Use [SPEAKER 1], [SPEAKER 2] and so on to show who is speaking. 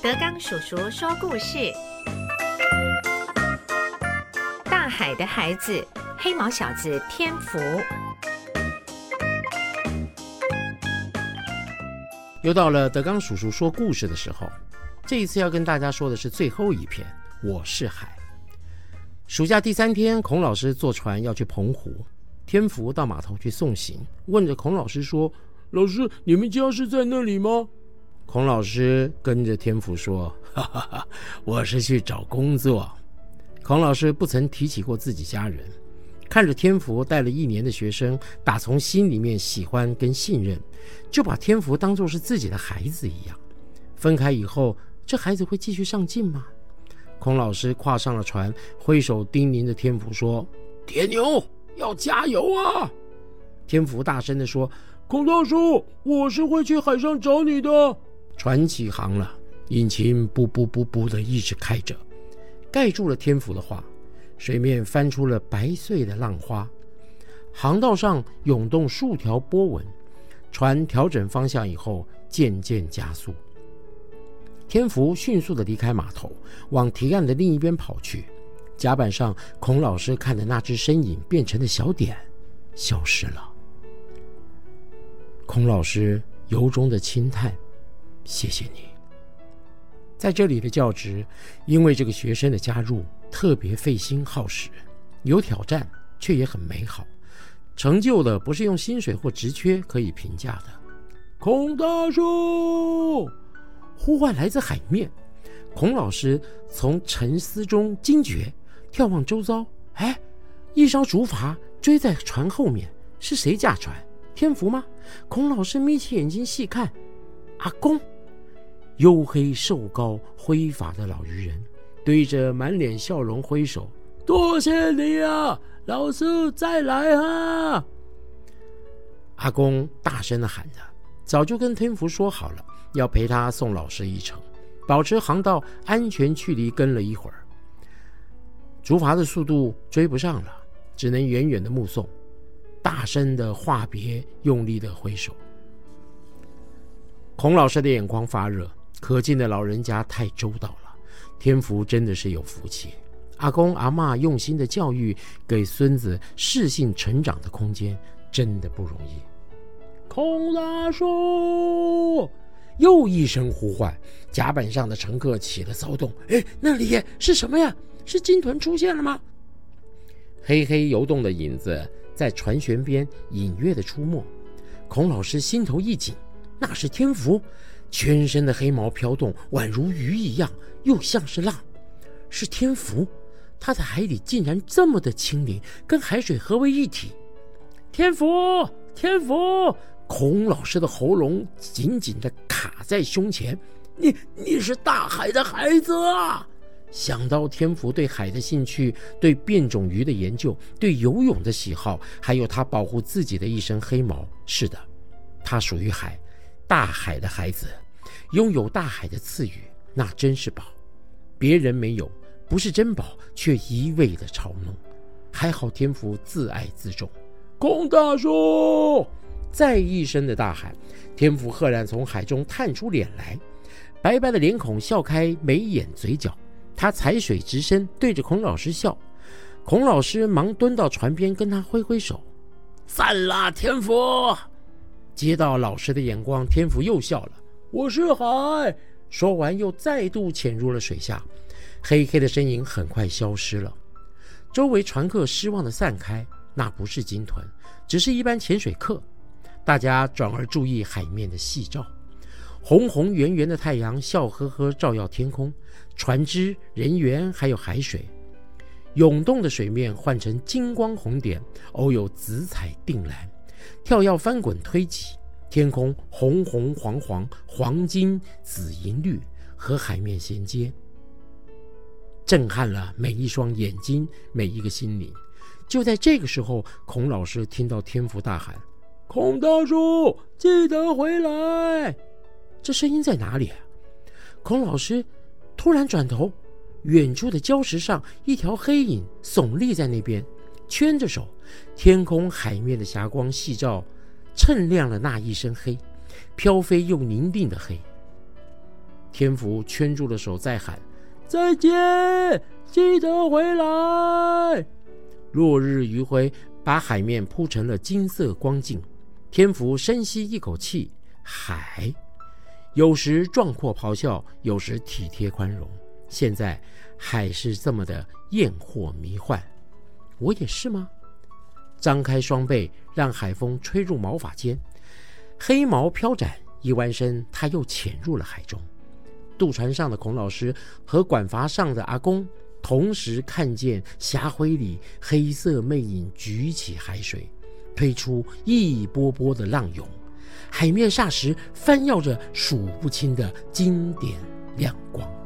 [SPEAKER 1] 德刚叔叔说故事。大海的孩子，黑毛小子天福。
[SPEAKER 2] 又到了德刚叔叔说故事的时候，这一次要跟大家说的是最后一篇，我是海。暑假第3天，孔老师坐船要去澎湖，天福到码头去送行，问着孔老师说：“老师，你们家是在那里吗？”孔老师跟着天福说：“哈哈哈，我是去找工作。”孔老师不曾提起过自己家人，看着天福带了1年的学生，打从心里面喜欢跟信任，就把天福当作是自己的孩子一样。分开以后，这孩子会继续上进吗？孔老师跨上了船，挥手叮咛着天福说：“铁牛，要加油啊！”天福大声地说：“孔大叔，我是会去海上找你的。”船起航了，引擎噗噗噗噗的一直开着，盖住了天福的话，水面翻出了白碎的浪花，航道上涌动数条波纹，船调整方向以后渐渐加速。天福迅速地离开码头，往堤岸的另一边跑去。甲板上，孔老师看着那只身影变成的小点消失了。孔老师由衷的轻叹：“谢谢你。”在这里的教职，因为这个学生的加入，特别费心耗时，有挑战，却也很美好。成就的不是用薪水或职缺可以评价的。孔大叔！呼唤来自海面。孔老师从沉思中惊觉，眺望周遭，一艘竹筏追在船后面，是谁驾船？天福吗？孔老师眯起眼睛细看，阿公，黝黑瘦高灰发的老渔人，对着满脸笑容挥手：“多谢你啊，老师再来啊！”阿公大声地喊着，早就跟天福说好了，要陪他送老师一程，保持航道安全距离。跟了一会儿，竹筏的速度追不上了，只能远远的目送，大声的话别，用力的挥手。孔老师的眼眶发热，可敬的老人家太周到了，天福真的是有福气。阿公阿嬷用心的教育，给孙子适性成长的空间，真的不容易。孔大叔！又一声呼唤，甲板上的乘客起了骚动。那里是什么呀？是鲸豚出现了吗？黑黑游动的影子在船舷边隐约的出没。孔老师心头一紧，那是天福，全身的黑毛飘动，宛如鱼一样，又像是浪。是天福，他在海里竟然这么的轻灵，跟海水合为一体。天福，天福！孔老师的喉咙紧紧地卡在胸前。你是大海的孩子啊！想到天福对海的兴趣，对变种鱼的研究，对游泳的喜好，还有他保护自己的一身黑毛，是的，他属于海，大海的孩子，拥有大海的赐予，那真是宝。别人没有，不是珍宝，却一味的嘲弄。还好天福自爱自重。孔大叔！再一声的大喊，天福赫然从海中探出脸来，白白的脸孔笑开眉眼嘴角，他踩水直身，对着孔老师笑。孔老师忙蹲到船边跟他挥挥手：“赞啦，天福！”接到老师的眼光，天福又笑了：“我是海。”说完又再度潜入了水下，黑黑的身影很快消失了。周围船客失望地散开，那不是鲸豚，只是一般潜水客。大家转而注意海面的细照，红红圆圆的太阳笑呵呵照耀天空，船只、人员还有海水，涌动的水面换成金光红点，偶有紫彩靛蓝，跳跃翻滚推挤，天空红红黄黄、黄金、紫银绿，和海面衔接，震撼了每一双眼睛，每一个心灵。就在这个时候，孔老师听到天福大喊：“孔大叔，记得回来！”这声音在哪里啊？孔老师突然转头，远处的礁石上，一条黑影耸立在那边，圈着手，天空海面的霞光细照，衬亮了那一身黑，飘飞又凝定的黑。 天福圈住了手，在喊再见，记得回来。落日余晖把海面铺成了金色光镜，天福深吸一口气，海有时壮阔咆哮，有时体贴宽容。现在海是这么的艳惑迷幻，我也是吗？张开双臂，让海风吹入毛发间，黑毛飘展，一弯身，他又潜入了海中。渡船上的孔老师和管筏上的阿公同时看见霞灰里黑色魅影举起海水，推出一波波的浪涌，海面霎时翻耀着数不清的经典亮光。